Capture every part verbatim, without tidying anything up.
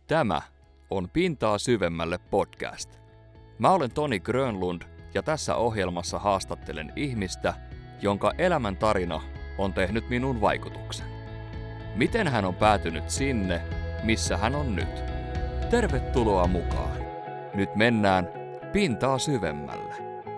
Tämä on Pintaa syvemmälle podcast. Mä olen Toni Grönlund ja tässä ohjelmassa haastattelen ihmistä, jonka elämän tarina on tehnyt minun vaikutuksen. Miten hän on päätynyt sinne, missä hän on nyt? Tervetuloa mukaan. Nyt mennään Pintaa syvemmälle.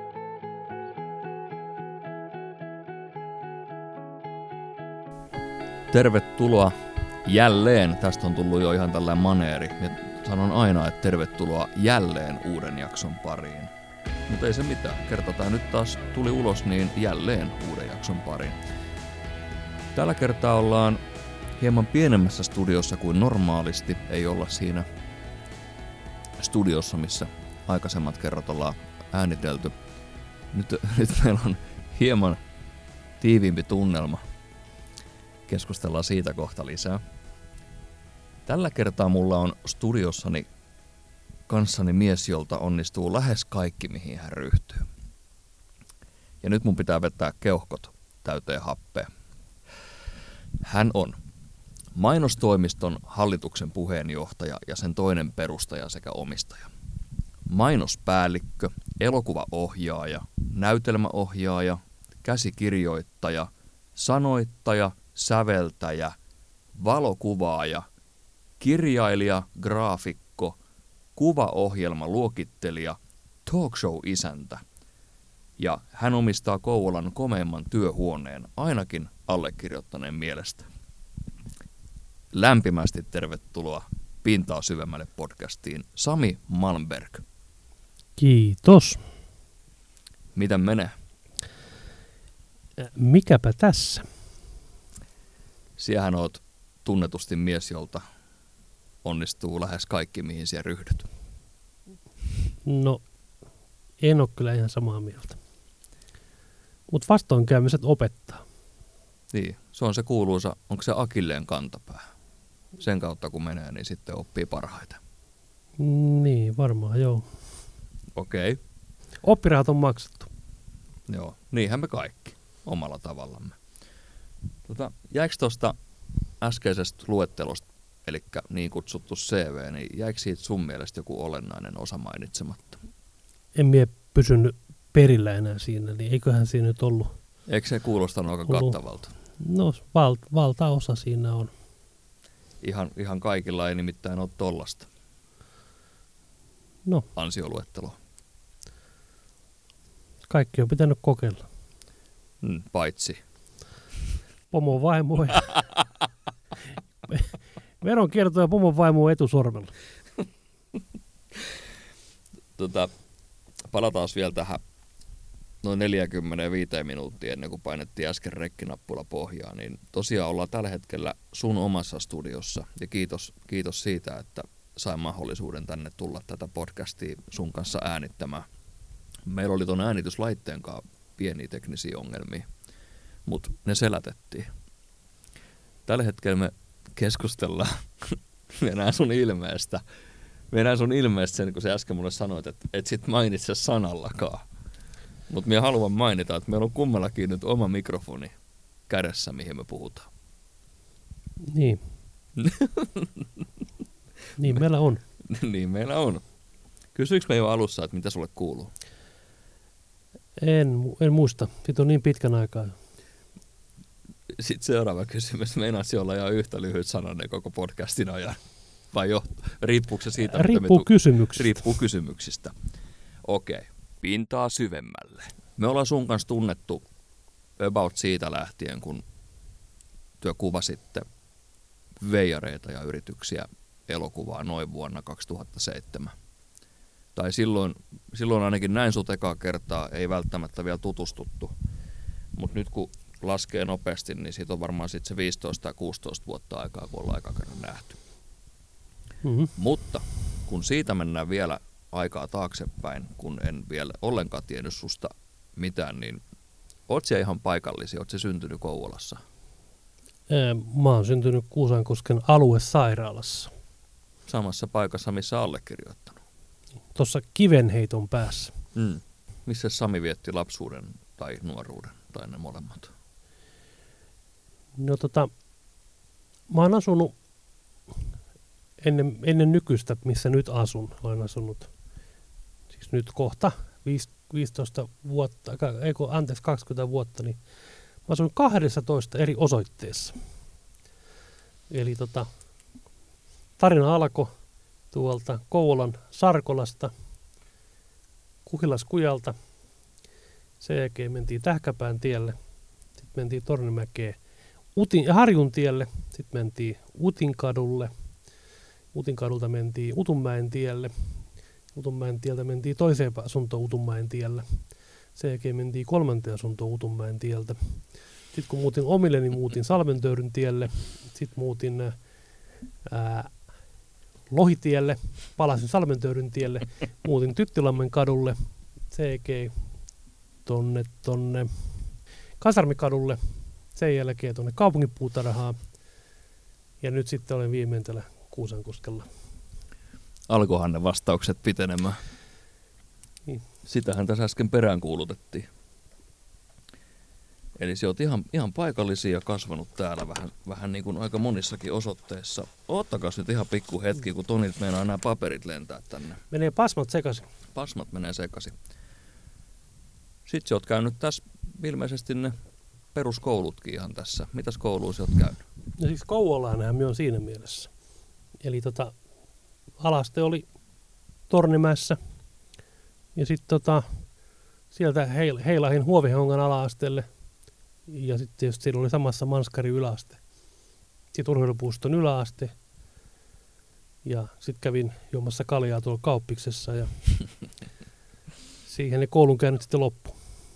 Tervetuloa jälleen. Tästä on tullut jo ihan tällainen maneeri. Ja sanon aina, että tervetuloa jälleen uuden jakson pariin. Mutta ei se mitään. Kertataan nyt taas tuli ulos, niin jälleen uuden jakson pariin. Tällä kertaa ollaan hieman pienemmässä studiossa kuin normaalisti. Ei olla siinä studiossa, missä aikaisemmat kerrat ollaan äänitelty. Nyt, nyt meillä on hieman tiiviimpi tunnelma. Keskustellaan siitä kohta lisää. Tällä kertaa mulla on studiossani kanssani mies, jolta onnistuu lähes kaikki, mihin hän ryhtyy. Ja nyt mun pitää vetää keuhkot täyteen happea. Hän on mainostoimiston hallituksen puheenjohtaja ja sen toinen perustaja sekä omistaja. Mainospäällikkö, elokuvaohjaaja, näytelmäohjaaja, käsikirjoittaja, sanoittaja, säveltäjä, valokuvaaja, kirjailija, graafikko, kuvaohjelma, luokittelija, talkshow-isäntä. Ja hän omistaa Kouvolan komeimman työhuoneen, ainakin allekirjoittaneen mielestä. Lämpimästi tervetuloa Pintaa syvemmälle podcastiin, Sami Malmberg. Kiitos. Miten menee? Mikäpä tässä? Siehän oot tunnetusti mies, jolta onnistuu lähes kaikki, mihin siellä ryhdyt. No, en ole kyllä ihan samaa mieltä. Mutta vastoinkäymiset opettaa. Niin, se on se kuuluisa, onko se akilleen kantapää? Sen kautta kun menee, niin sitten oppii parhaiten. Niin, varmaan joo. Okei. Okay. Oppirahat on maksettu. Joo, niinhän me kaikki, omalla tavallamme. Tota, jäikö tuosta äskeisestä luettelosta, eli niin kutsuttu C V, niin jäikö siitä sun mielestä joku olennainen osa mainitsematta? En mie pysynyt perillä enää siinä, niin eiköhän siinä nyt ollut. Eikö se kuulostanut aika ollut, kattavalta? No val, valtaosa siinä on. Ihan, ihan kaikilla ei nimittäin ole tollasta No. ansioluetteloa. Kaikki on pitänyt kokeilla. Hmm, paitsi. Pomon vaimo ja veronkierto ja pomon vaimo etusormella. Tota, palataan vielä tähän noin neljäkymmentäviisi minuuttia ennen kuin painettiin äsken rekkinappula pohjaan. Niin tosiaan ollaan tällä hetkellä sun omassa studiossa ja kiitos, kiitos siitä, että sain mahdollisuuden tänne tulla tätä podcastia sun kanssa äänittämään. Meillä oli ton äänityslaitteen kanssa pieniä teknisiä ongelmia, mutta ne selätettiin. Tällä hetkellä me keskustellaan, me näen sun ilmeestä, me näen sun ilmeestä sen, kun sä äsken mulle sanoit, että et sit mainitse sanallakaan. Mutta minä haluan mainita, että meillä on kummallakin nyt oma mikrofoni kädessä, mihin me puhutaan. Niin. Niin meillä on. Niin meillä on. Kysyikö me jo alussa, että mitä sulle kuuluu? En, en muista. Siitä on niin pitkän aikaa. Sitten seuraava kysymys. Meinaisi olla ihan yhtä lyhyt sananen koko podcastin ajan. Vai jo? Riippuuko se siitä? Riippuu kysymyksistä. Riippuu kysymyksistä. Okei. Pintaa syvemmälle. Me ollaan sun kanssa tunnettu about siitä lähtien, kun työ kuvasitte veijareita ja yrityksiä elokuvaa noin vuonna kaksituhattaseitsemän. Tai silloin, silloin ainakin näin sut ekaa kertaa, ei välttämättä vielä tutustuttu. Mutta nyt kun laskee nopeasti, niin siitä on varmaan sit se viisitoista tai kuusitoista vuotta aikaa, kun ollaan eka kerran nähty. Mm-hmm. Mutta kun siitä mennään vielä aikaa taaksepäin, kun en vielä ollenkaan tiennyt susta mitään, niin oot sä ihan paikallisia, oot sä syntynyt Kouvolassa? Mä oon syntynyt Kuusankosken aluesairaalassa. Samassa paikassa, missä allekirjoittanut. Tuossa kivenheiton päässä. Mm. Missä Sami vietti lapsuuden tai nuoruuden, tai ne molemmat? No tota, mä oon asunut ennen, ennen nykyistä, missä nyt asun, olen asunut, siis nyt kohta viisitoista vuotta, ei kun, anteeksi kaksikymmentä vuotta, niin mä asuin kaksitoista eri osoitteessa. Eli tota, tarina alkoi tuolta Kouvolan Sarkolasta, Kuhilaskujalta. Sen jälkeen mentiin Tähkäpään tielle, sitten mentiin Tornimäkeen Utin, Harjun tielle, sitten mentiin Utinkadulle. Utinkadulta mentiin Utunmäen tielle. Utunmäen tieltä mentiin toiseen asuntoon Utunmäen tielle. Sen jälkeen mentiin kolmanteen asuntoon Utunmäen tieltä. Sitten kun muutin omille, niin muutin Salmentöyryn tielle. Sitten muutin ää, Lohitielle, palasin Salmentöyryn tielle, muutin Tyttilammen kadulle. Sen jälkeen tonne, tonne Kasarmikadulle. Sen jälkeen tuonne kaupunginpuutarhaan. Ja nyt sitten olen viimein täällä Kuusankoskella. Alkohan ne vastaukset pitenemään. Niin. Sitähän tässä äsken peräänkuulutettiin. Eli sä oot ihan, ihan paikallisia ja kasvanut täällä vähän, vähän niin kuin aika monissakin osoitteissa. Oottakas nyt ihan pikku hetki, kun Tonit meinaa nämä paperit lentää tänne. Menee pasmat sekaisin. Pasmat menee sekaisin. Sitten sä oot käynyt tässä ilmeisesti ne peruskoulutkin ihan tässä. Mitäs koulua sä oot käynyt? No siis Kouvolaan minä on siinä mielessä. Eli tota, alaste oli Tornimäessä ja sitten tota, sieltä heil, heilahin Huovihongan ala-asteelle ja sitten tietysti siinä oli samassa Manskari yläaste. Sitten Urheilupuiston yläaste ja sitten kävin juomassa kaljaa tuolla Kauppiksessa ja siihen ne koulunkäynnit sitten loppu.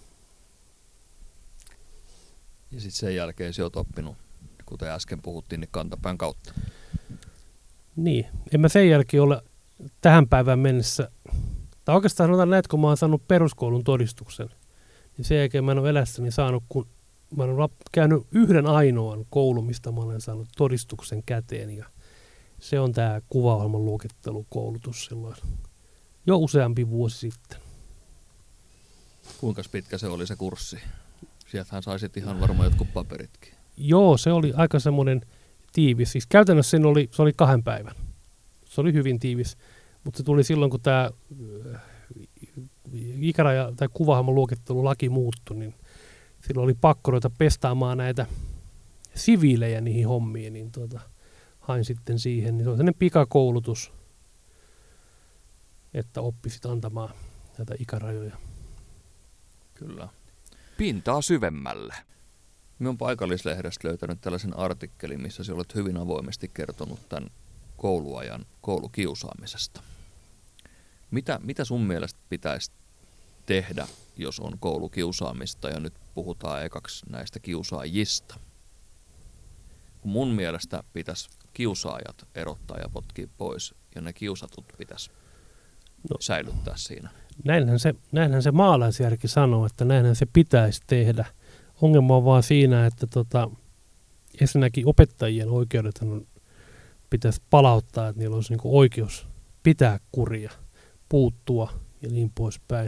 Ja sitten sen jälkeen sä oot oppinut, kuten äsken puhuttiin, niin kantapään kautta. Niin, en mä sen jälkeen ole tähän päivään mennessä, tai oikeastaan sanotaan näin, että kun mä oon saanut peruskoulun todistuksen, niin sen jälkeen mä en ole elässäni saanut, kun mä oon käynyt yhden ainoan koulun, mistä mä olen saanut todistuksen käteen, ja se on tää kuvaohjelman luokittelukoulutus silloin jo useampi vuosi sitten. Kuinka pitkä se oli se kurssi? Sieltähän saisit ihan varmaan jotkut paperitkin. Joo, se oli aika semmoinen tiivis. Siis käytännössä se oli, se oli kahden päivän. Se oli hyvin tiivis, mutta se tuli silloin, kun tämä ikäraja tai kuvaohjelman luokittelulaki muuttui, niin silloin oli pakko ruveta pestaamaan näitä siviilejä niihin hommiin, niin tuota, hain sitten siihen. Niin se on sellainen pikakoulutus, että oppisit antamaan näitä ikärajoja. Kyllä. Pintaa syvemmälle. Minä olen paikallislehdestä löytänyt tällaisen artikkelin, missä sinä olet hyvin avoimesti kertonut tämän kouluajan koulukiusaamisesta. Mitä, mitä sun mielestä pitäisi tehdä, jos on koulukiusaamista, ja nyt puhutaan ekaksi näistä kiusaajista? Mun mielestä pitäisi kiusaajat erottaa ja potkia pois, ja ne kiusatut pitäisi no, säilyttää siinä. Näinhän se, näinhän se maalaisjärki sanoo, että näinhän se pitäisi tehdä. Ongelma on vaan siinä, että tota, ensinnäkin opettajien oikeudet pitäisi palauttaa, että niillä olisi niinku oikeus pitää kuria, puuttua ja niin poispäin.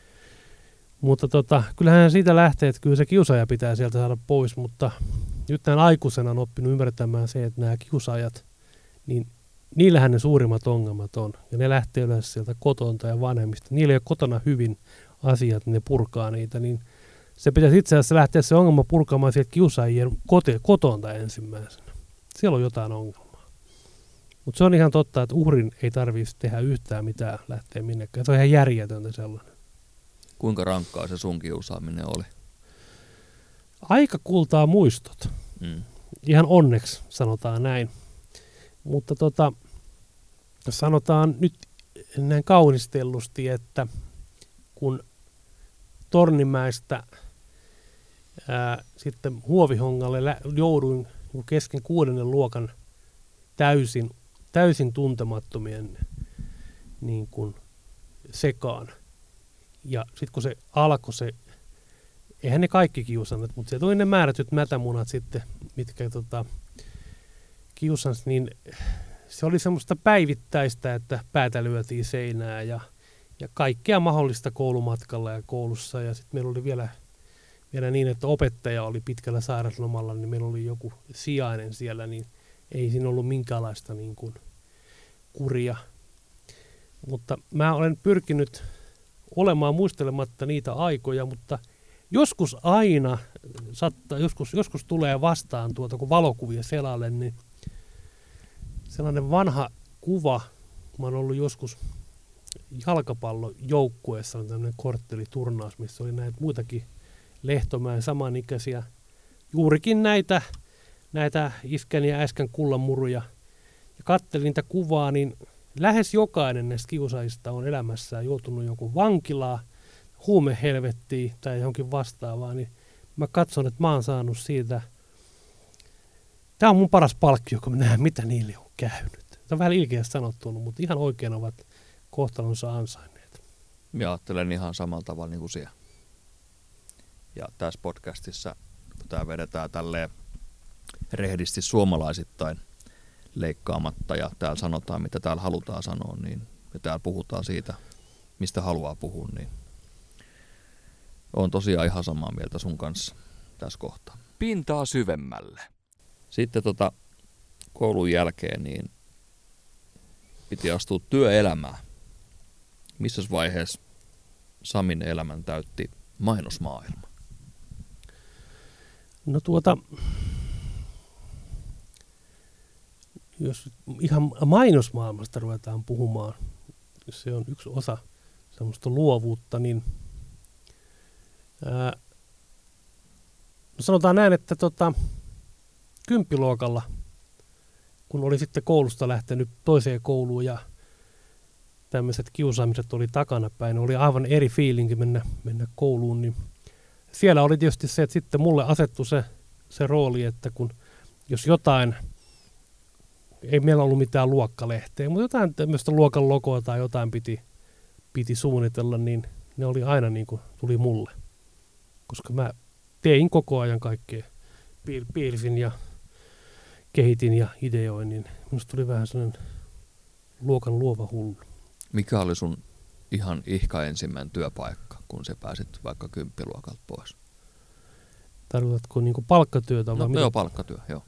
Mutta tota, kyllähän siitä lähtee, että kyllä se kiusaaja pitää sieltä saada pois, mutta nyt näin aikuisena on oppinut ymmärtämään se, että nämä kiusaajat, niin niillähän ne suurimmat ongelmat on. Ja ne lähtee yleensä sieltä kotonta ja vanhemmista. Niillä ei ole kotona hyvin asiat, niin ne purkaa niitä, niin se pitäisi itse asiassa lähteä se ongelma purkaamaan sieltä kiusaajien kote, kotonta ensimmäisenä. Siellä on jotain ongelmaa. Mutta se on ihan totta, että uhrin ei tarvitse tehdä yhtään mitään lähteä minnekään. Se on ihan järjetöntä sellainen. Kuinka rankkaa se sun kiusaaminen oli? Aika kultaa muistot. Mm. Ihan onneksi sanotaan näin. Mutta tota, sanotaan nyt näin kaunistellusti, että kun Tornimäestä ää, sitten Huovihongalle lä- jouduin niin kesken kuudennen luokan täysin, täysin tuntemattomien niin kuin sekaan. Ja sitten kun se alkoi se, eihän ne kaikki kiusanneet, mutta sieltä oli ne määrätyt mätämunat sitten, mitkä tota, kiusansi, niin se oli semmoista päivittäistä, että päätä lyötiin seinää ja, ja kaikkea mahdollista koulumatkalla ja koulussa. Ja sitten meillä oli vielä, vielä niin, että opettaja oli pitkällä sairauslomalla, niin meillä oli joku sijainen siellä, niin ei siinä ollut minkäänlaista niin kuin kuria. Mutta mä olen pyrkinyt olemaan muistelematta niitä aikoja, mutta joskus aina, sattaa, joskus, joskus tulee vastaan tuota, kun valokuvia selalle, niin sellainen vanha kuva, mä oon ollut joskus jalkapallojoukkueessa, on tämmöinen kortteliturnaus, missä oli näitä muitakin Lehtomäen samanikäisiä, juurikin näitä, näitä iskän ja äskän kullanmuruja. Ja katselin niitä kuvaa, niin lähes jokainen näistä kiusaajista on elämässään joutunut jonkun vankilaa, huumehelvettiin tai johonkin vastaavaan, niin mä katson, että mä oon saanut siitä, tää on mun paras palkkio, kun mä näen, mitä niille on käynyt. Se on vähän ilkeästi sanottu, mutta ihan oikein ovat kohtalonsa ansainneet. Mä ajattelen ihan samalla tavalla niin kuin siellä. Ja tässä podcastissa, kun tää vedetään tälleen rehdisti suomalaisittain leikkaamatta ja täällä sanotaan, mitä täällä halutaan sanoa, niin ja täällä puhutaan siitä, mistä haluaa puhua, niin on tosiaan ihan samaa mieltä sun kanssa tässä kohtaa. Pintaa syvemmälle. Sitten tota, koulun jälkeen niin piti astua työelämään. Missä vaiheessa Samin elämän täytti mainosmaailma? No tuota, jos ihan mainosmaailmasta ruvetaan puhumaan, se on yksi osa semmoista luovuutta, niin ää, no sanotaan näin, että tota, kymppiluokalla, kun oli sitten koulusta lähtenyt toiseen kouluun ja tämmöiset kiusaamiset oli takanapäin, oli aivan eri fiilinki mennä, mennä kouluun, niin siellä oli tietysti se, että sitten mulle asettui se, se rooli, että kun jos jotain, ei meillä ollut mitään luokkalehteä, mutta jotain tämmöistä luokan logoa tai jotain piti, piti suunnitella, niin ne oli aina niin kuin tuli mulle. Koska mä tein koko ajan kaikkea, piir- piirsin ja kehitin ja ideoin, niin minusta tuli vähän sellainen luokan luova hullu. Mikä oli sun ihan ihka ensimmäinen työpaikka, kun sä pääsit vaikka kymppiluokalta pois? Tarkoitatko niin kuin palkkatyötä? No, vai no joo, palkkatyö, joo.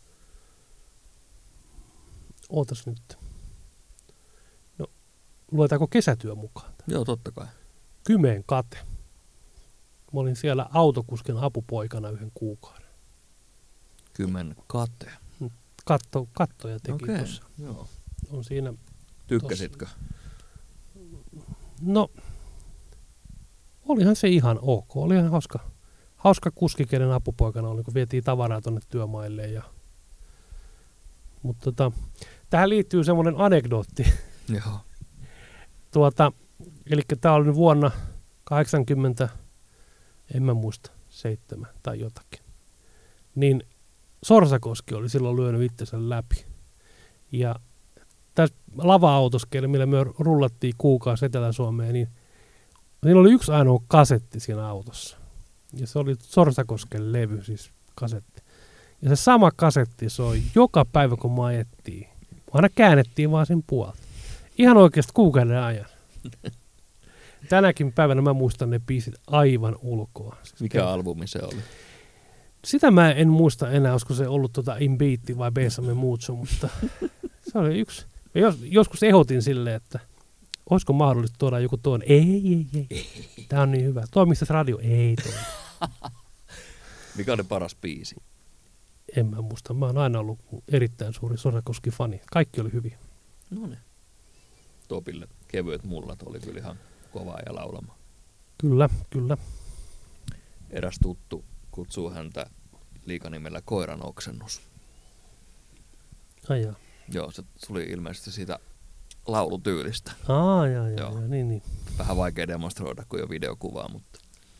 Ootas nyt. No, luetaanko kesätyö mukaan? Joo, totta kai. Kymeen kate. Mä olin siellä autokusken apupoikana yhden kuukauden. Kymen kate. Katto, kattoja teki Okei, tuossa. joo. On siinä. Tykkäsitkö? Tossa. No, olihan se ihan ok. Oli ihan hauska, hauska kuski, kenen apupoikana oli, kun vietiin tavaraa tuonne työmaille. Ja... Mutta tota, tähän liittyy semmoinen anekdootti. Joo. Tuota, eli tämä oli vuonna kahdeksankymmentä, en mä muista, seitsemän tai jotakin. Niin Sorsakoski oli silloin lyönyt itsensä läpi. Ja tässä lava-autoskeilla, millä me rullattiin kuukausi Etelä-Suomeen, niin niillä oli yksi ainoa kasetti siinä autossa. Ja se oli Sorsakosken levy, siis kasetti. Ja se sama kasetti soi joka päivä, kun mä ajettiin. Aina käännettiin vaan sen puolta. Ihan oikeasti kuukauden ajan. Tänäkin päivänä mä muistan ne biisit aivan ulkoa. Mikä Ken... albumi se oli? Sitä mä en muista enää, olisiko se ollut tuota In Beat vai Besame Mucho, mutta se oli yksi. Jos, joskus ehdotin silleen, että olisiko mahdollista tuoda joku tuon. Ei, ei, ei. Tää on niin hyvä. Toimisi radio? Ei toimi. Mikä oli paras biisi? En mä muista. Mä oon aina ollut erittäin suuri Sorsakoski-fani. Kaikki oli hyviä. No niin. Topille kevyet mullat oli kyllä ihan kovaa ja laulama. Kyllä, kyllä. Eräs tuttu kutsuu häntä liikanimellä Koiran oksennus. Ai jaa. Joo, se tuli ilmeisesti siitä laulutyylistä. Aa, jaa, jaa, jaa, niin, niin. Vähän vaikea demonstroida, kun jo videokuvaa, mutta...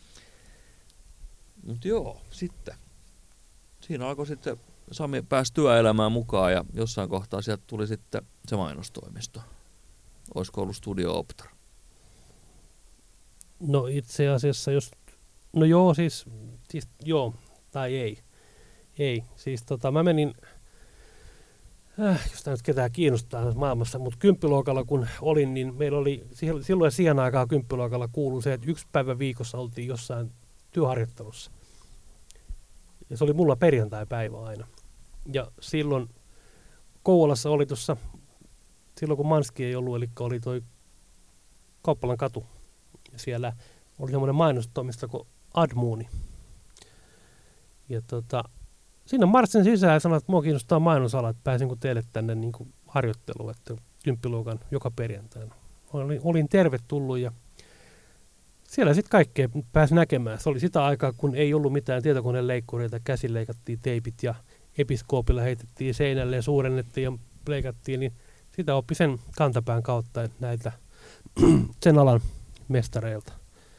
Mut joo, sitten. Siinä alkoi sitten, Sami pääsi työelämään mukaan ja jossain kohtaa sieltä tuli sitten se mainostoimisto. Olisiko ollut Studio Optra? No itse asiassa, jos... No joo, siis... siis joo, tai ei. Ei, siis tota, mä menin... Äh, jos tämä nyt ketään kiinnostaa tässä maailmassa, mutta kymppiluokalla kun olin, niin meillä oli... Silloin siihen aikaan kymppiluokalla kuului se, että yksi päivä viikossa oltiin jossain työharjoittelussa. Ja se oli mulla perjantai-päivä aina. Ja silloin Kouvolassa oli tuossa silloin kun Manski ei ollut, eli oli toi Kauppalan katu. Ja siellä oli semmoinen mainostoimisto kuin Admuuni. Ja tota, siinä marssin sisään ja sanoin, että mua kiinnostaa mainosala, että pääsinkö teille tänne niin kuin harjoitteluun, että kymppiluokan joka perjantaina. Olin, olin tervetullut ja siellä sitten kaikkea pääsi näkemään. Se oli sitä aikaa, kun ei ollut mitään tietokoneen leikkureita, käsin leikattiin teipit ja episkoopilla heitettiin seinälle ja suurennettiin ja leikattiin, niin sitä oppi sen kantapään kautta näiltä sen alan mestareilta.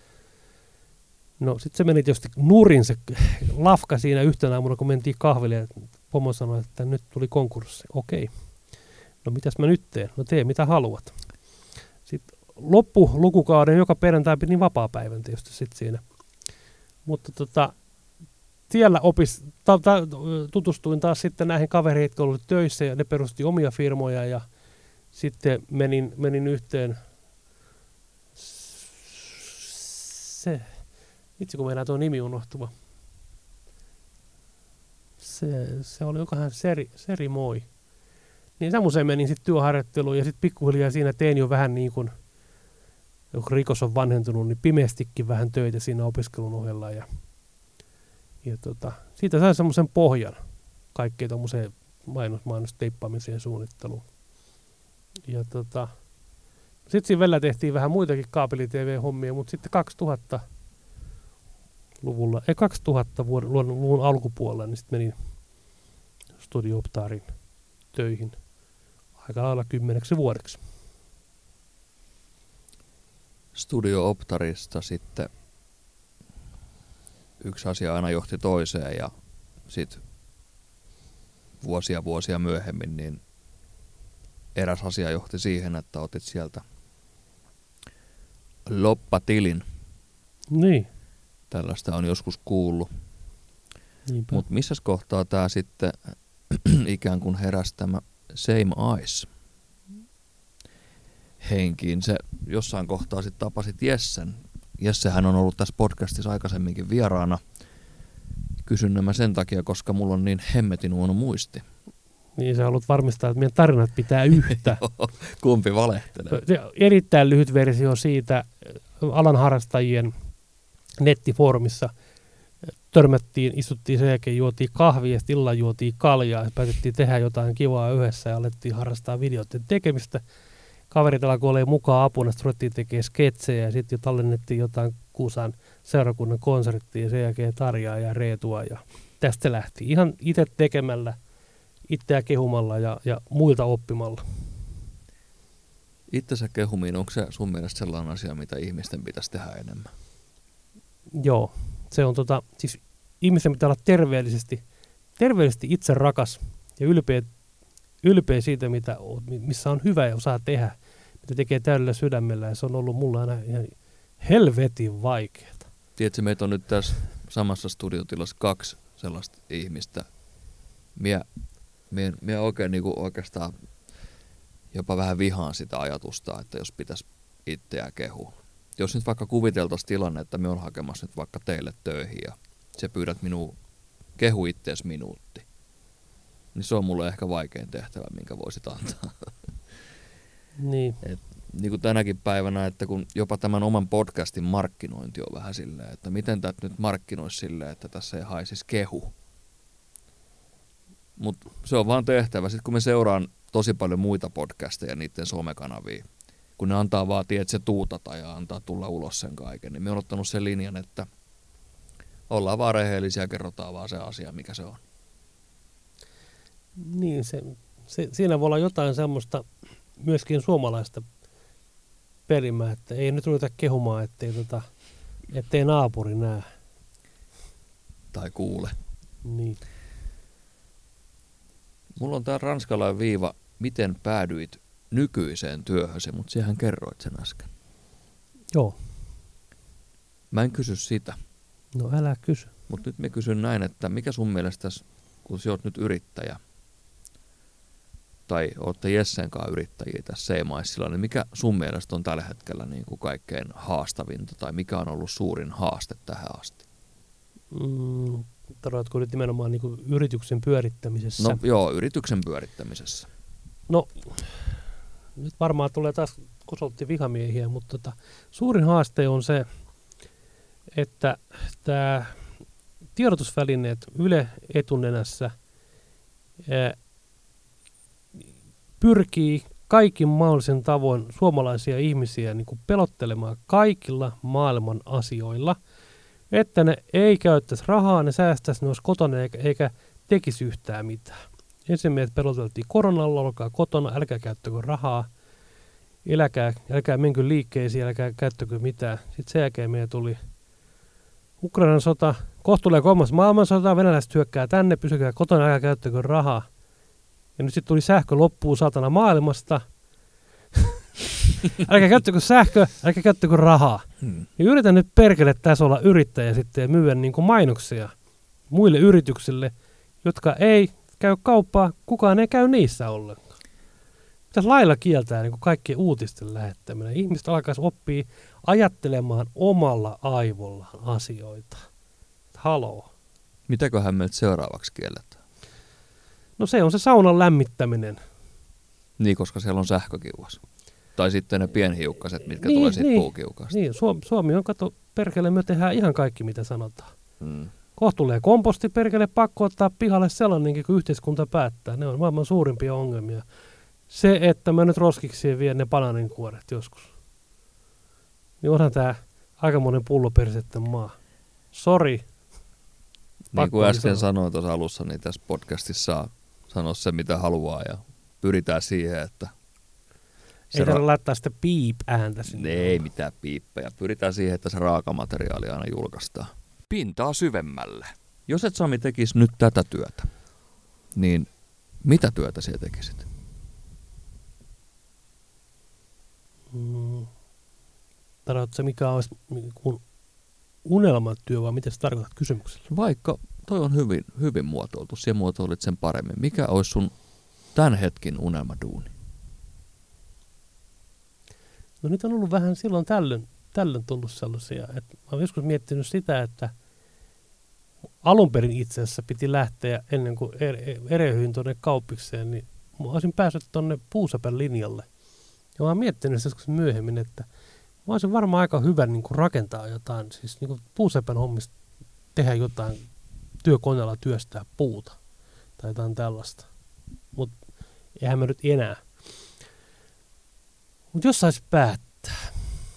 No sitten se meni tietysti nurin se lafka siinä yhtenä aamuna, kun mentiin kahville ja pomo sanoi, että nyt tuli konkurssi. Okei, no mitäs mä nyt teen? No tee mitä haluat. Sitten loppu lukukauden joka perjantai piti vapaa-päivän tietysti sitten siinä. Mutta tota, siellä opis, ta, ta, tutustuin taas sitten näihin kavereihin, jotka olivat töissä ja ne perusti omia firmoja ja sitten menin, menin yhteen se, itse kun meinaa tuo nimi unohtuva. Se, se oli jokohan Seri, Seri Moi. Niin semmoiseen menin sitten työharjoitteluun ja sitten pikkuhiljaa siinä tein jo vähän niin kuin, kun rikos on vanhentunut, niin pimeästikin vähän töitä siinä opiskelun ohella. Ja, ja tota, siitä sai semmoisen pohjan kaikkeen tuommoiseen mainos, mainosteippaamiseen ja suunnitteluun. Ja tota, sitten siinä välillä tehtiin vähän muitakin kaapeli-T V-hommia, mutta sitten kaksituhattaluvulla, ei kaksituhatta-luvun alkupuolella, niin sitten menin Studio Optarin töihin aika lailla kymmeneksi vuodeksi. Studio Optarista sitten yksi asia aina johti toiseen ja sitten vuosia vuosia myöhemmin niin eräs asia johti siihen, että otit sieltä loppatilin. Niin. Tällaista on joskus kuullut. Mutta missä kohtaa tämä sitten ikään kuin heräsi tämä Same Eyes henkiin? Se jossain kohtaa sitten tapasit Jessen. Jessehän on ollut tässä podcastissa aikaisemminkin vieraana. Kysyn nämä sen takia, koska mulla on niin hemmetin huono muisti. Niin sä haluat varmistaa, että meidän tarinat pitää yhtä. Kumpi valehtelee? Erittäin lyhyt versio siitä alan harrastajien nettifoorumissa. Törmättiin, istuttiin sen jälkeen, juotiin kahvia ja sitten illan juotiin kaljaa ja päätettiin tehdä jotain kivaa yhdessä ja alettiin harrastaa videoiden tekemistä. Kaverit alkoi olemaan mukaan apuna, sitten ruvettiin tekemään sketsejä ja sitten jo tallennettiin jotain Kuusan seurakunnan konserttia ja sen jälkeen Tarjaa ja Reetua ja tästä lähti. Ihan itse tekemällä, itseä kehumalla ja, ja muilta oppimalla. Itsensä kehuminen, onko se sun mielestä sellainen asia, mitä ihmisten pitäisi tehdä enemmän? Joo, se on tota, siis ihmisen pitää olla terveellisesti, terveellisesti itse rakas ja ylpeä, ylpeä siitä, mitä, missä on hyvä ja osaa tehdä, mitä tekee täydellä sydämellä ja se on ollut mulla aina ihan helvetin vaikeaa. Tiedätkö, meitä on nyt tässä samassa studiotilassa kaksi sellaista ihmistä. Mie, mie, mie oikein, niin kuin oikeastaan jopa vähän vihaan sitä ajatusta, että jos pitäisi itseä kehua. Jos nyt vaikka kuviteltaisiin tilanne, että me on hakemassa nyt vaikka teille töihin ja sä pyydät minua kehu ittees minuutti, niin se on mulle ehkä vaikein tehtävä, minkä voisit antaa. Niin. Et, niin kuin tänäkin päivänä, että kun jopa tämän oman podcastin markkinointi on vähän silleen, että miten tätä nyt markkinoisi silleen, että tässä ei haisisi kehu. Mutta se on vaan tehtävä. Sitten kun me seuraan tosi paljon muita podcasteja niiden somekanavia, kun ne antaa vaan, tiedät, se tuutata ja antaa tulla ulos sen kaiken, niin me on ottanut sen linjan, että ollaan vaan rehellisiä ja kerrotaan vaan se asia, mikä se on. Niin, se, se, siinä voi olla jotain semmoista myöskin suomalaista perimää, että ei nyt ruveta kehumaan, ettei, tota, ettei naapuri näe. Tai kuule. Niin. Mulla on tää ranskalainen viiva, miten päädyit nykyiseen työhösi, mutta siihen kerroit sen äsken. Joo. Mä en kysy sitä. No älä kysy. Mutta nyt mä kysyn näin, että mikä sun mielestä, kun sä oot nyt yrittäjä, tai ootte Jessen kanssa yrittäjiä tässä Seemaissilla, niin mikä sun mielestä on tällä hetkellä niin kuin kaikkein haastavinta, tai mikä on ollut suurin haaste tähän asti? Mm, tarkoitatko nyt nimenomaan niin kuin yrityksen pyörittämisessä? No joo, yrityksen pyörittämisessä. No, nyt varmaan tulee taas kosolti vihamiehiä, mutta tota, suurin haaste on se, että tämä tiedotusvälineet Yle etunenässä ää, pyrkii kaikin mahdollisen tavoin suomalaisia ihmisiä niin kuin pelottelemaan kaikilla maailman asioilla, että ne ei käyttäisi rahaa, ne säästäisi, ne olisi kotona eikä, eikä tekisi yhtään mitään. Ensin meidät peloteltiin koronalla, olkaa kotona, älkää käyttäkö rahaa, älkää, älkää menkö liikkeisiin, älkää käyttäkö mitään. Sitten sen jälkeen meidän tuli Ukrainan sota, kohta tulee kolmas maailmansota, venäläiset hyökkää tänne, pysykää kotona, älkää käyttäkö rahaa. Ja nyt sitten tuli sähkö loppuu saatana maailmasta. Älkää käyttäkö sähköä, älkää käyttäkö rahaa. Hmm. Ja yritän nyt perkele tässä olla yrittäjä sitten ja myyä niin kuin mainoksia muille yrityksille, jotka ei käy kauppaa, kukaan ei käy niissä ollenkaan. Pitäisi lailla kieltää niin kuin kaikkien uutisten lähettäminen. Ihmiset alkaisi oppia ajattelemaan omalla aivollaan asioita. Haloo. Mitäköhän meiltä seuraavaksi kielletään? No se on se saunan lämmittäminen. Niin, koska siellä on sähkökiuas. Tai sitten ne pienhiukkaset, mitkä niin, tulee siitä niin, puukiukasta. Niin, Suomi, Suomi on, kato, perkele, me tehdään ihan kaikki, mitä sanotaan. Hmm. Kohta tulee komposti, perkele, pakko ottaa pihalle sellainenkin, kun yhteiskunta päättää. Ne on maailman suurimpia ongelmia. Se, että mä nyt roskikseen vien ne banaaninkuoret joskus. Niin onhan tää aikamoinen pullopersetten maa. Sori. Niin kuin äsken sanoin tuossa alussa, niin tässä podcastissa saa sanoa se, mitä haluaa ja pyritään siihen, että... Ei tarvitse ra- laittaa sitä piip-ääntä sinne. Ei mitään piippejä. Pyritään siihen, että se raakamateriaali aina julkaistaan. Pintaa syvemmälle. Jos et Sami tekisi nyt tätä työtä, niin mitä työtä sinä tekisit? Mm. Tarkoitatko mikä olisi kun unelmatyö vai mitä sä tarkoitat kysymyksellä? Vaikka toi on hyvin, hyvin muotoiltu, sinä muotoilit sen paremmin. Mikä olisi sun tämän hetkin unelmaduuni? No nyt on ollut vähän silloin tällöin, tällöin tullut sellaisia, että mä olen joskus miettinyt sitä, että alun perin itse asiassa piti lähteä ennen kuin erehyin tuonne kauppikseen, niin mä olisin päässyt tuonne puusepän linjalle. Ja mä oon miettinyt joskus myöhemmin, että mä olisin varmaan aika hyvä niin kuin rakentaa jotain, siis niin kuin puusepän hommista tehdä jotain työkoneella työstää puuta tai jotain tällaista. Mutta eihän mä nyt enää. Mutta jos saisi päättää,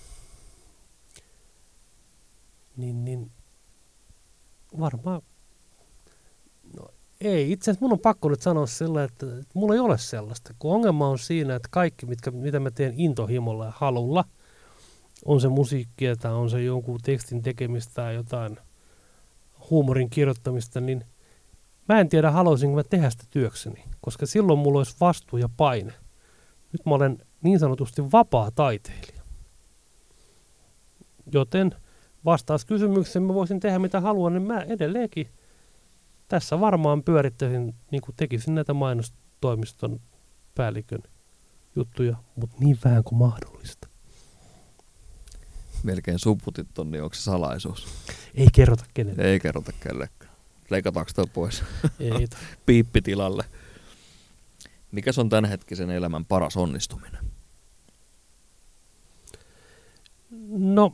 niin, niin varmaan, no ei, itse asiassa mun on pakko nyt sanoa sillä, että, että mulla ei ole sellaista, kun ongelma on siinä, että kaikki, mitkä, mitä mä teen intohimolla ja halulla, on se musiikkia tai on se jonkun tekstin tekemistä tai jotain huumorin kirjoittamista, niin mä en tiedä, haluaisinko mä tehdä sitä työkseni, koska silloin mulla olisi vastuu ja paine. Nyt mä olen niin sanotusti vapaa taiteilija. Joten vastaus kysymykseen, mä voisin tehdä mitä haluan, niin mä edelleenkin tässä varmaan pyörittäisin, niin kuin tekisin näitä mainostoimiston päällikön juttuja, mutta niin vähän kuin mahdollista. Melkein suputit ton, niin onko se salaisuus? Ei kerrota kenelle. Ei kerrota kellekään. Leikataanko toi pois? Ei. Piippitilalle. Mikäs on tämänhetkisen elämän paras onnistuminen? No,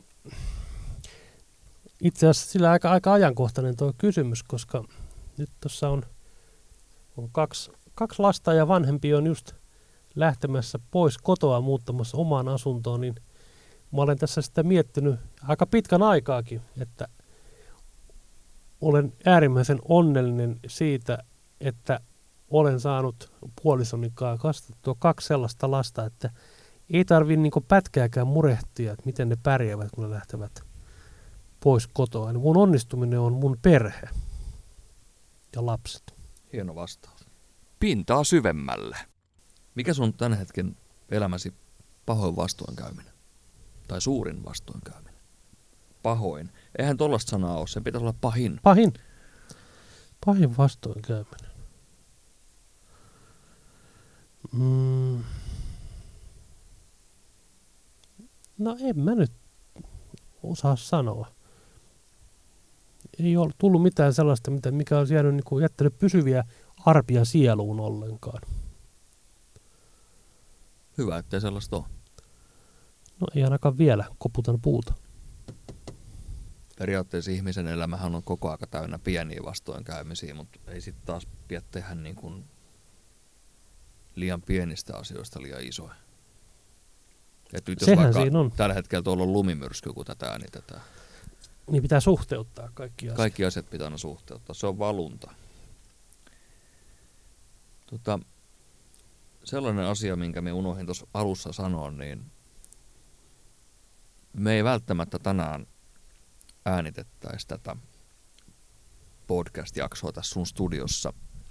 itse asiassa sillä aika, aika ajankohtainen tuo kysymys, koska nyt tuossa on, on kaksi, kaksi lasta ja vanhempi on just lähtemässä pois kotoa muuttamassa omaan asuntoon, niin mä olen tässä sitä miettinyt aika pitkän aikaakin, että olen äärimmäisen onnellinen siitä, että olen saanut puolisoni kanssa kasvatettua kaksi sellaista lasta, että ei tarvitse niinku pätkääkään murehtia, että miten ne pärjäävät, kun ne lähtevät pois kotoa. Eli mun onnistuminen on mun perhe ja lapset. Hieno vastaus. Pintaa syvemmälle. Mikä sun tämän hetken elämäsi pahoin vastoinkäyminen? Tai suurin vastoinkäyminen? Pahoin. Eihän tollaista sanaa ole, sen pitäisi olla pahin. Pahin. Pahin vastoinkäyminen. Mm. No en mä nyt osaa sanoa. Ei ole tullut mitään sellaista, mikä olisi jäänyt, niin kuin, jättänyt pysyviä arpia sieluun ollenkaan. Hyvä, ettei sellaista ole. No ei ainakaan vielä, koputan puuta. Periaatteessa ihmisen elämähän on koko aika täynnä pieniä vastoinkäymisiä, mutta ei sitten taas pidä tehdä niin kuin liian pienistä asioista liian isoja. Et nyt jos Sehän vaikka siinä on. tällä hetkellä tuolla on lumimyrsky, kun tätä äänitetään. Niin pitää suhteuttaa kaikki asiat. Kaikki asiat pitää aina suhteuttaa. Se on valunta. Tota, sellainen asia, minkä me unohdin tuossa alussa sanoa, niin me ei välttämättä tänään äänitettäisi tätä podcast-jaksoa tässä sun studiossa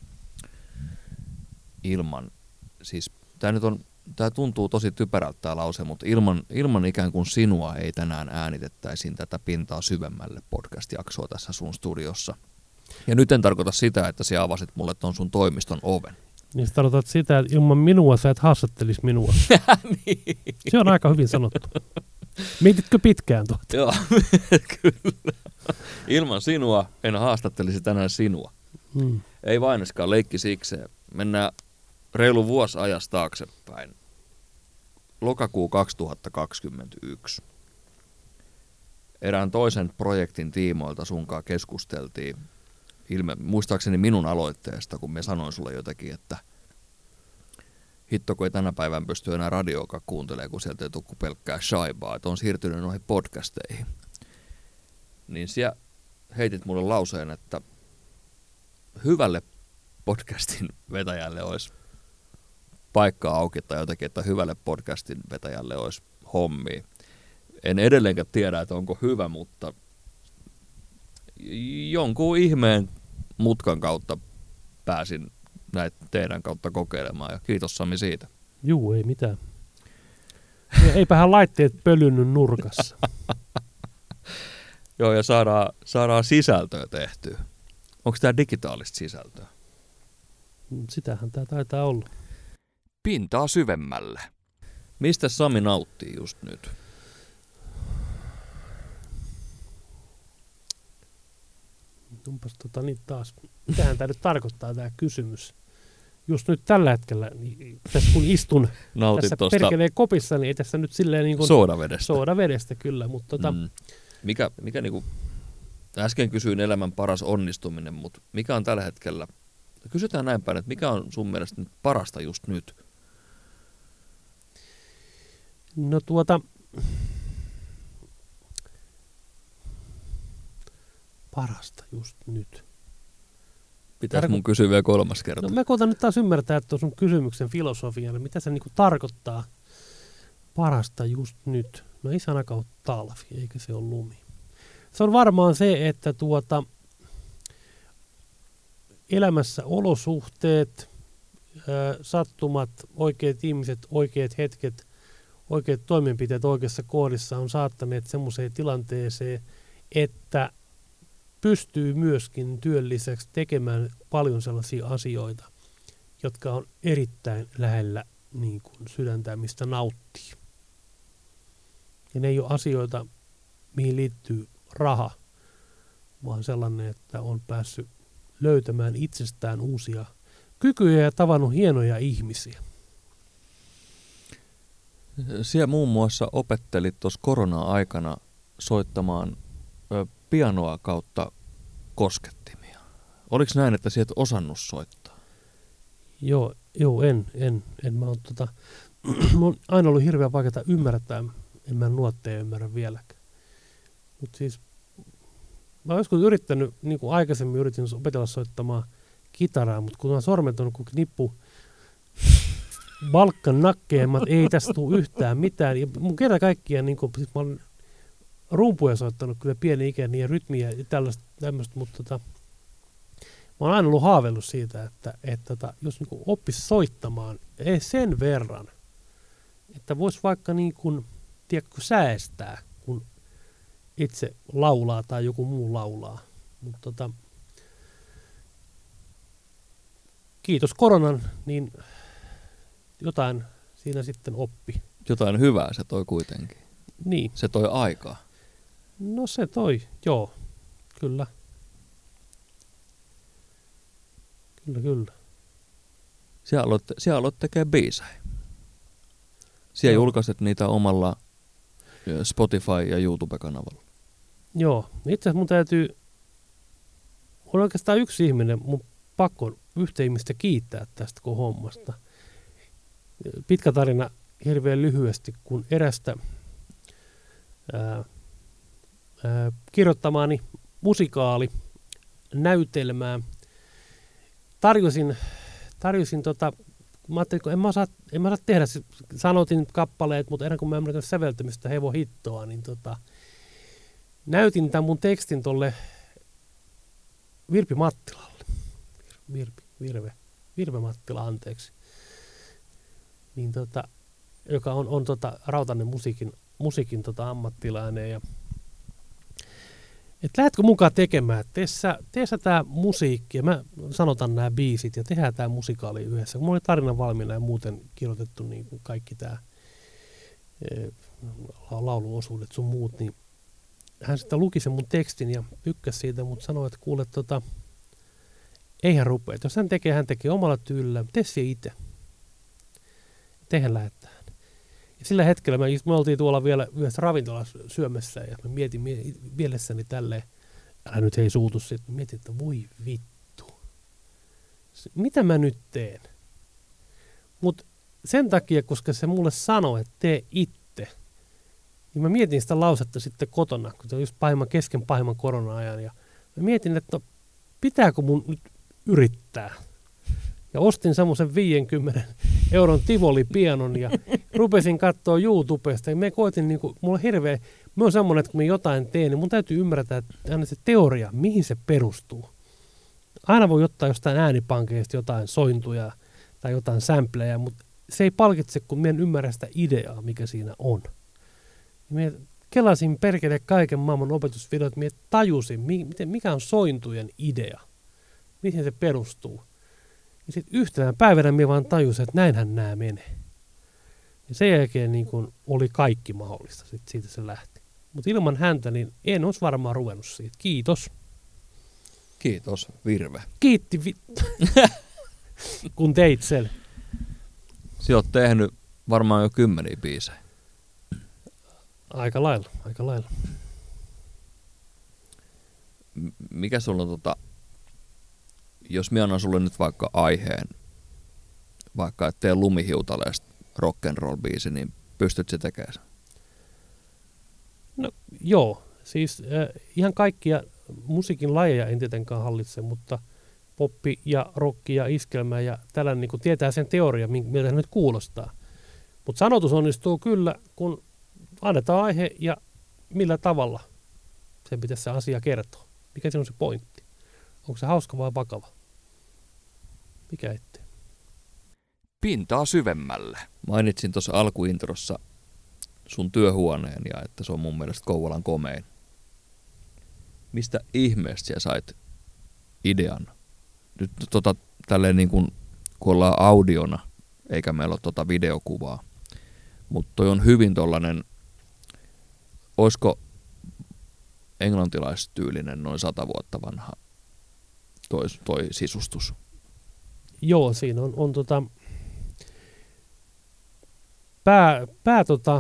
ilman, siis tää nyt on, tää tuntuu tosi typerältä tää lause, mutta ilman, ilman ikään kuin sinua ei tänään äänitettäisiin tätä Pintaa syvemmälle podcast-jaksoa tässä sun studiossa. Ja nyt en tarkoita sitä, että sä avasit mulle ton sun toimiston oven. Niin sä tarkoitat sitä, että ilman minua sä et haastattelisi minua. Niin. Se on aika hyvin sanottu. Mietitkö pitkään tuota? Joo, kyllä. Ilman sinua en haastattelisi tänään sinua. Hmm. Ei vaineskaan, leikki sikseen. Mennään reilu vuosi ajasta taaksepäin. Lokakuu kaksituhattakaksikymmentäyksi. Erään toisen projektin tiimoilta sunkaan keskusteltiin. Ilme, muistaakseni minun aloitteesta, kun me sanoin sulle jotakin, että hitto, kun ei tänä päivän pysty enää radioakaan kuuntelemaan, kun sieltä ei tule pelkkää shaibaa, että on siirtynyt noihin podcasteihin. Niin siellä heitit mulle lauseen, että hyvälle podcastin vetäjälle olisi paikka auki tai jotenkin, että hyvälle podcastin vetäjälle olisi hommia. En edelleenkään tiedä, että onko hyvä, mutta jonkun ihmeen mutkan kautta pääsin näitä teidän kautta kokeilemaan ja kiitos Sami siitä. Juu, ei mitään. Eipähän laitteet pölynnyt nurkassa. Joo, ja saadaan, saadaan sisältöä tehtyä. Onko tämä digitaalista sisältöä? Sitähän tämä taitaa olla. Pintaa syvemmälle. Mistä Sami nauttii just nyt? Onpas tota niin taas. Mitähän tämä nyt tarkoittaa tämä kysymys? Just nyt tällä hetkellä, niin tässä kun istun Nautit tässä tosta perkeleen kopissa, niin ei tässä nyt silleen niin kuin soodavedestä. soodavedestä kyllä, mutta tota, Mm. Mikä, mikä niinku, äsken kysyin elämän paras onnistuminen, mutta mikä on tällä hetkellä, kysytään näin päin, että mikä on sun mielestä nyt parasta just nyt? no tuota, parasta just nyt. Pitäisi Tarko- mun kysyä vielä kolmas kerta. No mä koitan nyt taas ymmärtää, että tuon sun kysymyksen filosofiana, mitä se niinku tarkoittaa parasta just nyt. No ei se ainakaan ole talvi, eikä se ole lumi. Se on varmaan se, että tuota, elämässä olosuhteet, ää, sattumat, oikeat ihmiset, oikeat hetket, oikeat toimenpiteet oikeassa kohdissa on saattaneet semmoiseen tilanteeseen, että pystyy myöskin työn lisäksi tekemään paljon sellaisia asioita, jotka on erittäin lähellä niin kuin sydäntä, mistä nauttii. Ja ne ei ole asioita, mihin liittyy raha, vaan sellainen, että on päässyt löytämään itsestään uusia kykyjä ja tavannut hienoja ihmisiä. Siellä muun muassa opettelit tuossa korona-aikana soittamaan ö, pianoa kautta koskettimia. Oliko näin, että sä et osannut soittaa? Joo, joo en, en, en. Mä oon tota, mun on aina ollut hirveän vaikeaa ymmärtää, en mä nuotteja ymmärrä vieläkään. Mutta siis, mä oon joskus yrittänyt, niin kuin aikaisemmin yritin opetella soittamaan kitaraa, mutta kun on sormet on kuin nippu Balkan nakkeemmat, ei tästä tule yhtään mitään. Ja mun kerta kaikkiaan, niin kuin, siis mä olen rumpuja soittanut kyllä pieni ikäni ja rytmiä ja tällaista, tämmöistä, mutta tota, mä oon aina ollut haaveillut siitä, että, että tota, jos niin oppisi soittamaan ei sen verran, että voisi vaikka niin kuin, tiedätkö, säästää, kun itse laulaa tai joku muu laulaa. Mutta tota, kiitos koronan, niin jotain siinä sitten oppi. Jotain hyvää se toi kuitenkin. Niin. Se toi aikaa. No se toi, joo, kyllä. Kyllä, kyllä. Siellä aloit, siellä aloit tekemään biisejä. Siellä julkaiset niitä omalla Spotify- ja YouTube-kanavalla. Joo. Itse asiassa mun täytyy, on oikeastaan yksi ihminen, mun pakko yhtä ihmistä kiittää tästä koko hommasta. Pitkä tarina hirveän lyhyesti, kun erästä ää, ää, kirjoittamaani musikaali näytelmää tarjosin, tarjosin tota, mä ajattelin, kun en mä osaa, en mä osaa tehdä, sanotin kappaleet, mutta ennen kuin mä ymmärrän säveltämistä hevon hittoa, niin tota, näytin tämän mun tekstin tolle Virpi Mattilalle. Virpi, Virve, Virve Mattila, anteeksi. Niin tota, joka on, on tota Rautanen musiikin, musiikin tota ammattilainen. Ja, et lähdetkö mukaan tekemään, tee sä, tee sä tää musiikki, ja mä sanotan nämä biisit, ja tehdään tää musikaali yhdessä. Mulla oli tarina valmiina ja muuten kirjoitettu niin kuin kaikki tää e, lauluosuudet sun muut, niin hän sitten luki sen mun tekstin ja tykkäsi siitä, mutta sanoi, että kuule, tota, ei hän rupea. Jos hän tekee, hän tekee omalla tyylillä, tee se itse. Tehän lähettää. Ja sillä hetkellä me, me oltiin tuolla vielä yhdessä ravintolassa syömässä ja mä mietin mielessäni tälleen, älä nyt hei suutu siitä, mietin, että voi vittu. Mitä mä nyt teen? Mutta sen takia, koska se mulle sanoi, että tee itse, niin mä mietin sitä lausetta sitten kotona, kun se on just pahimman, kesken pahimman korona-ajan. Ja mä mietin, että no, pitääkö mun nyt yrittää? Ja ostin semmoisen viidenkymmenen euron Tivoli-pianon ja rupesin katsoa YouTubesta. Ja me koitin, niin kuin, mulla on hirveä, mä oon semmoinen, että kun mä jotain teen, niin mun täytyy ymmärtää, että aina se teoria, mihin se perustuu. Aina voi ottaa jostain äänipankeista jotain sointuja tai jotain sampleja, mutta se ei palkitse, kun mä en ymmärrä sitä ideaa, mikä siinä on. Mä kelasin perkele kaiken maailman opetusvideot, mä tajusin, mikä on sointujen idea, mihin se perustuu. Ja sitten yhtenä päivänä minä vaan tajusin, että näinhän nämä menee. Ja sen jälkeen niin kun oli kaikki mahdollista, sitten siitä se lähti. Mutta ilman häntä niin en olisi varmaan ruvennut siitä. Kiitos. Kiitos, Virve. Kiitti vittu. Kun teit sen. Sinä olet tehnyt varmaan jo kymmeniä biisejä. Aika lailla, aika lailla. M- mikä sulla on tota, jos minä annan sulle nyt vaikka aiheen, vaikka et tee Lumihiutaleesta rock'n'roll-biisi, niin pystyt se tekemään sen? No joo, siis äh, ihan kaikkia musiikin lajeja en tietenkään hallitse, mutta poppi ja rokki ja iskelmä ja tällainen niin kun tietää sen teoria, miltä se nyt kuulostaa. Mutta sanotus onnistuu kyllä, kun annetaan aihe ja millä tavalla sen pitäisi se asia kertoa. Mikä se on se pointti? Onko se hauska vai vakava? Mikä ettei? Pintaa syvemmälle. Mainitsin tuossa alkuintrossa sun työhuoneen ja että se on mun mielestä Kouvolan komein. Mistä ihmeestä sä sait idean? Nyt tota, tälleen niin kuin, kun ollaan audiona, eikä meillä ole tota videokuvaa. Mutta toi on hyvin tollanen, oisko englantilaistyylinen noin sata vuotta vanha toi, toi sisustus? Joo, siinä on, on tota, pää, pää tota,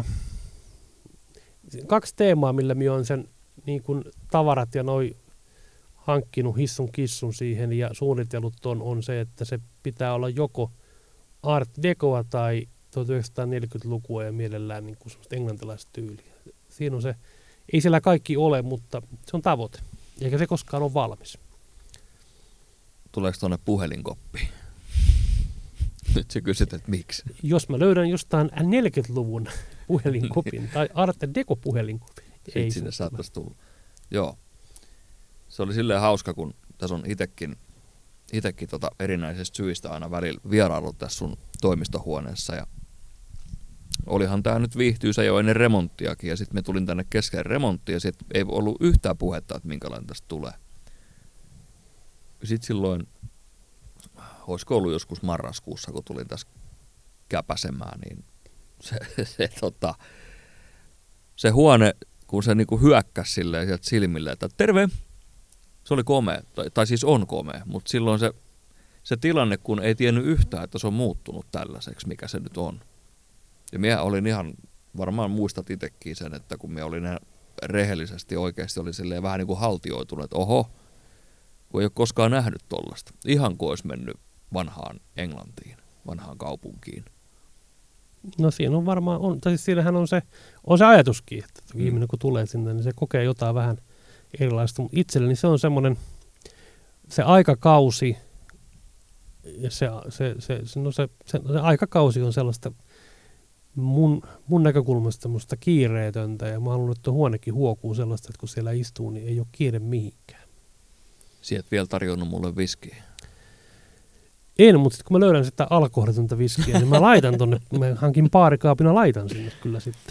kaksi teemaa, millä minä olen sen niin kuin tavarat ja noi hankkinut hissun kissun siihen ja suunnitellut on, on se, että se pitää olla joko art decoa tai tuhatyhdeksänsataaneljäkymmentälukua ja mielellään niin kuin semmoista englantilaista tyyliä. Siinä on se, ei siellä kaikki ole, mutta se on tavoite, eikä se koskaan ole valmis. Tuleeko tuonne puhelinkoppiin? Nyt sä kysyt, että miksi? Jos mä löydän jostain neljäkymmentäluvun puhelinkopin tai Art Deco puhelinkopin. Sitten sinne saattaisi tulla. Joo. Se oli silleen hauska, kun tässä on itekin, itekin tota erinäisistä syistä aina välillä vierailut tässä sun toimistohuoneessa. Ja olihan tää nyt viihtyisä jo ennen remonttiakin. Ja sitten me tulin tänne kesken remonttia ja sitten ei ollut yhtään puhetta, että minkälainen tästä tulee. Sitten silloin, olisiko ollut joskus marraskuussa, kun tulin tässä käpäsemään, niin se, se, tota, se huone, kun se niinku hyökkäsi silleen sieltä silmille, että terve, se oli komea, tai, tai siis on komea, mutta silloin se, se tilanne, kun ei tiennyt yhtään, että se on muuttunut tällaiseksi, mikä se nyt on, Ja minä olin ihan, varmaan muistat itsekin sen, että kun minä olin rehellisesti oikeasti oli silleen vähän niin kuin haltioitunut, että oho, kun ei ole koskaan nähnyt tollasta. Ihan kuin olisi mennyt vanhaan Englantiin, vanhaan kaupunkiin. No siinä on varmaan, on, tai siis siinähän on se, on se ajatuskin, että mm. ihminen kun tulee sinne, niin se kokee jotain vähän erilaista. Mutta itselleni se on semmoinen, se aikakausi, ja se, se, se, se, no se, se, se aikakausi on sellaista mun, mun näkökulmasta semmoista kiireetöntä, ja mä haluan, että huonekin huokuu sellaista, että kun siellä istuu, niin ei ole kiire mihinkään. Sieltä vielä tarjonnut mulle viskiä. En, mutta sitten kun mä löydän sitä alkoholitonta viskiä, niin mä laitan tonne, mä hankin baarikaapina, laitan sinne kyllä sitten.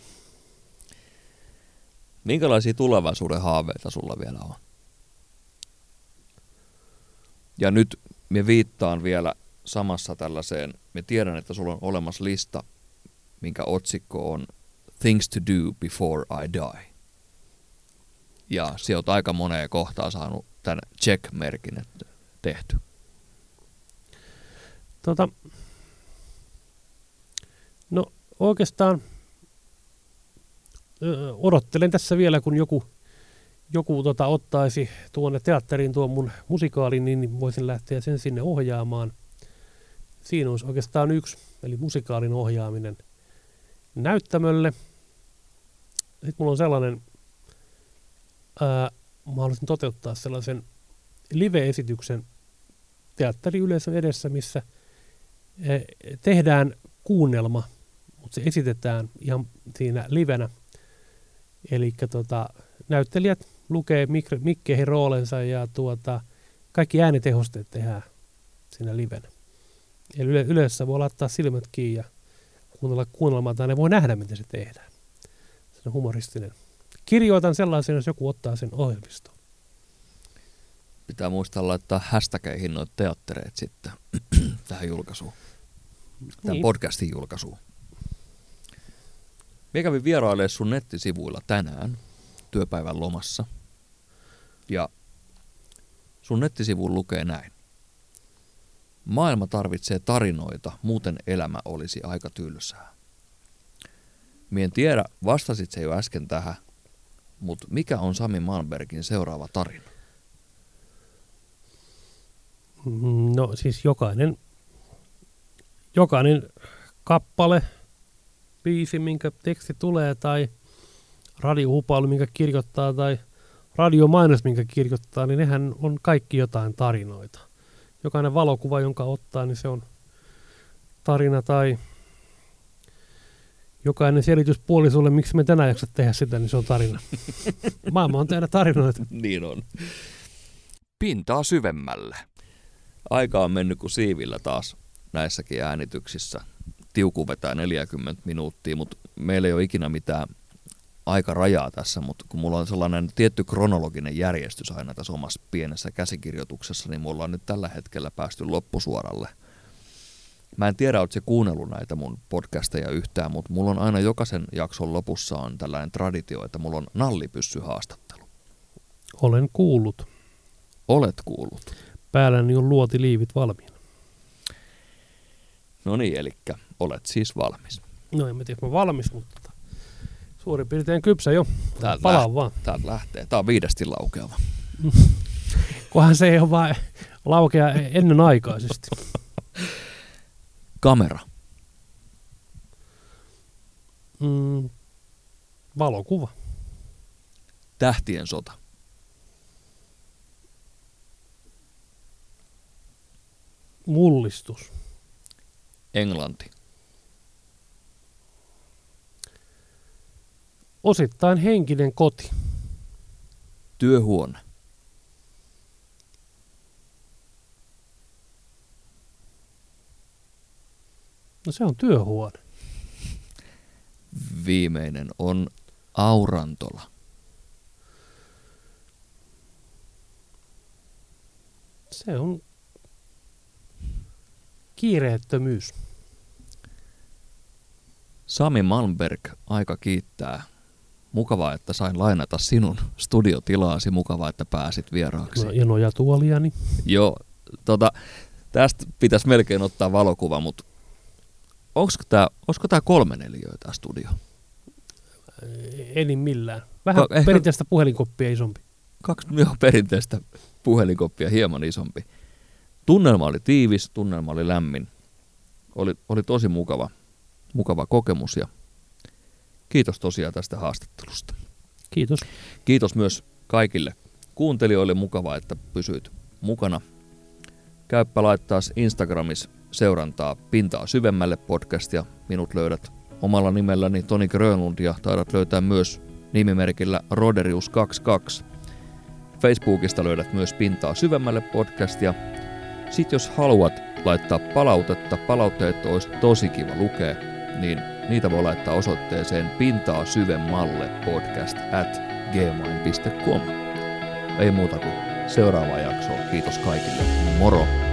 Minkälaisia tulevaisuuden haaveita sulla vielä on? Ja nyt me viittaan vielä samassa tällaiseen, me tiedän, että sulla on olemassa lista, minkä otsikko on Things to do before I die. Ja se on aika moneen kohtaan saanut tämän check-merkin tehty. Tota, no oikeastaan ö, odottelen tässä vielä, kun joku, joku tota, ottaisi tuonne teatteriin tuon mun musikaalin, niin voisin lähteä sen sinne ohjaamaan. Siinä olisi oikeastaan yksi, eli musikaalin ohjaaminen näyttämölle. Sitten mulla on sellainen, ää, mä haluaisin toteuttaa sellaisen live-esityksen teatteriyleisön edessä, missä tehdään kuunnelma, mutta se esitetään ihan siinä livenä. Eli tota, näyttelijät lukee mikro, mikkeihin roolensa ja tuota, kaikki äänitehosteet tehdään siinä livenä. Eli yle, yleensä voi laittaa silmät kiinni ja kuunnella kuunnelmaa, tai ne voi nähdä, miten se tehdään. Se on humoristinen. Kirjoitan sellaisen, jos joku ottaa sen ohjelmistoon. Pitää muistaa laittaa hashtageihin noita teattereet sitten tähän julkaisuun. Tämän niin. Podcastin julkaisuun. Minä kävin vierailemaan sun nettisivuilla tänään työpäivän lomassa. Ja sun nettisivuun lukee näin. Maailma tarvitsee tarinoita, muuten elämä olisi aika tylsää. Mie en tiedä, vastasit se jo äsken tähän, mutta mikä on Sami Malmbergin seuraava tarina? No siis jokainen, jokainen kappale, biisi, minkä teksti tulee, tai radiohupailu, minkä kirjoittaa, tai radiomainos, minkä kirjoittaa, niin nehän on kaikki jotain tarinoita. Jokainen valokuva, jonka ottaa, niin se on tarina, tai jokainen selitys puolisolle, miksi me tänään jaksa tehdä sitä, niin se on tarina. Maailma on tehdä tarinoita. Niin on. Pintaa syvemmälle. Aika on mennyt kuin siivillä taas näissäkin äänityksissä. Tiuku vetää neljäkymmentä minuuttia, mutta meillä ei ole ikinä mitään aikarajaa tässä, mutta kun mulla on sellainen tietty kronologinen järjestys aina tässä omassa pienessä käsikirjoituksessa, niin mulla on nyt tällä hetkellä päästy loppusuoralle. Mä en tiedä, ootko se kuunnellut näitä mun podcasteja yhtään, mutta mulla on aina jokaisen jakson lopussa on tällainen traditio, että mulla on nallipyssyhaastattelu. Olen kuullut. Olet kuullut. Päälläni on luotiliivit valmiina. No niin, eli olet siis valmis. No en mä tiedä, mä valmis, mutta suurin piirtein kypsä jo. Täältä Palaa lähtee, vaan. Täältä lähtee. Tää on viidesti laukeava. Kunhan se ei ole vaan laukea ennenaikaisesti. Kamera. Mm, valokuva. Tähtien sota. Mullistus. Englanti. Osittain henkinen koti. Työhuone. No se on työhuone. Viimeinen on aurantola. Se on kiireettömyys. Sami Malmberg, aika kiittää. Mukavaa, että sain lainata sinun studiotilaasi. Mukavaa, että pääsit vieraaksi. No, ja nojatuoliani. Joo, tota, tästä pitäisi melkein ottaa valokuva, mutta onko tämä olisiko tää kolme neliöä tää studio? Enimmillään. Vähän Ka- ehkä- perinteistä puhelinkoppia isompi. Kaksi joo, perinteistä puhelinkoppia, hieman isompi. Tunnelma oli tiivis, tunnelma oli lämmin. Oli, oli tosi mukava, mukava kokemus ja kiitos tosiaan tästä haastattelusta. Kiitos. Kiitos myös kaikille kuuntelijoille. Mukavaa, että pysyit mukana. Käyppä laittaa Instagramissa seurantaa Pintaa syvemmälle podcastia. Minut löydät omalla nimelläni Toni Grönlund ja taidat löytää myös nimimerkillä Roderius kaksikymmentäkaksi. Facebookista löydät myös Pintaa syvemmälle podcastia. Sitten jos haluat laittaa palautetta, palautteet olisi tosi kiva lukea, niin niitä voi laittaa osoitteeseen pintaa syvemmälle podcast at gmail piste com. Ei muuta kuin seuraavaa jaksoa. Kiitos kaikille. Moro!